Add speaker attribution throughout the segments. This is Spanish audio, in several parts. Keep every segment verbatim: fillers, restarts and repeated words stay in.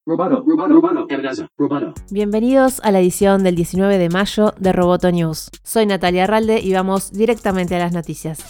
Speaker 1: Roboto, Roboto, Roboto, Amenaza, Roboto.
Speaker 2: Bienvenidos a la edición del diecinueve de mayo de Roboto News. Soy Natalia Arralde y vamos directamente a las noticias.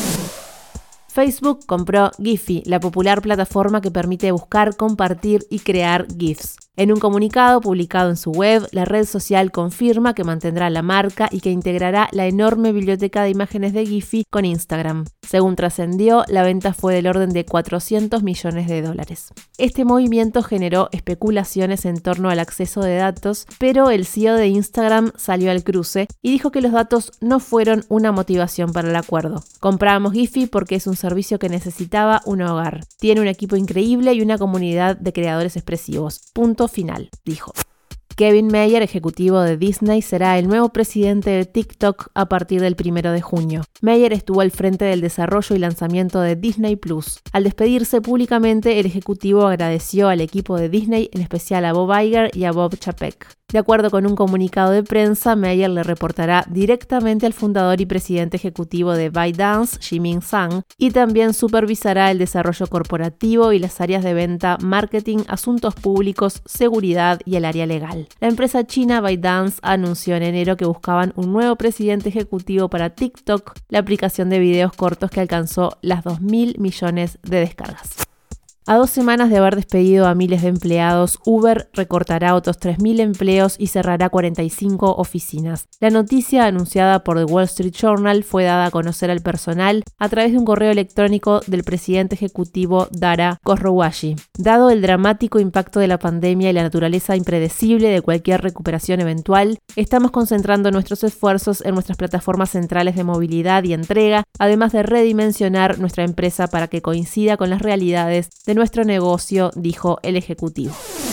Speaker 2: Facebook compró Giphy, la popular plataforma que permite buscar, compartir y crear GIFs. En un comunicado publicado en su web, la red social confirma que mantendrá la marca y que integrará la enorme biblioteca de imágenes de Giphy con Instagram. Según trascendió, la venta fue del orden de cuatrocientos millones de dólares. Este movimiento generó especulaciones en torno al acceso de datos, pero el C E O de Instagram salió al cruce y dijo que los datos no fueron una motivación para el acuerdo. Compramos Giphy porque es un servicio que necesitaba un hogar. Tiene un equipo increíble y una comunidad de creadores expresivos. Punto final, dijo. Kevin Mayer, ejecutivo de Disney, será el nuevo presidente de TikTok a partir del primero de junio. Mayer estuvo al frente del desarrollo y lanzamiento de Disney Plus. Al despedirse públicamente, el ejecutivo agradeció al equipo de Disney, en especial a Bob Iger y a Bob Chapek. De acuerdo con un comunicado de prensa, Mayer le reportará directamente al fundador y presidente ejecutivo de ByteDance, Jimin Zhang, y también supervisará el desarrollo corporativo y las áreas de venta, marketing, asuntos públicos, seguridad y el área legal. La empresa china ByteDance anunció en enero que buscaban un nuevo presidente ejecutivo para TikTok, la aplicación de videos cortos que alcanzó las dos mil millones de descargas. A dos semanas de haber despedido a miles de empleados, Uber recortará otros tres mil empleos y cerrará cuarenta y cinco oficinas. La noticia, anunciada por The Wall Street Journal, fue dada a conocer al personal a través de un correo electrónico del presidente ejecutivo Dara Khosrowshahi. Dado el dramático impacto de la pandemia y la naturaleza impredecible de cualquier recuperación eventual, estamos concentrando nuestros esfuerzos en nuestras plataformas centrales de movilidad y entrega, además de redimensionar nuestra empresa para que coincida con las realidades de nuestro negocio, dijo el ejecutivo.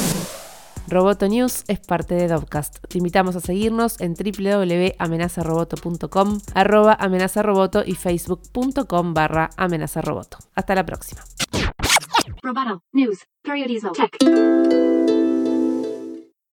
Speaker 2: Roboto News es parte de Dovcast. Te invitamos a seguirnos en doble u doble u doble u punto amenaza roboto punto com, arroba amenazaroboto y facebook punto com barra amenazaroboto. Hasta la próxima.
Speaker 3: Roboto News. Periodismo Tech.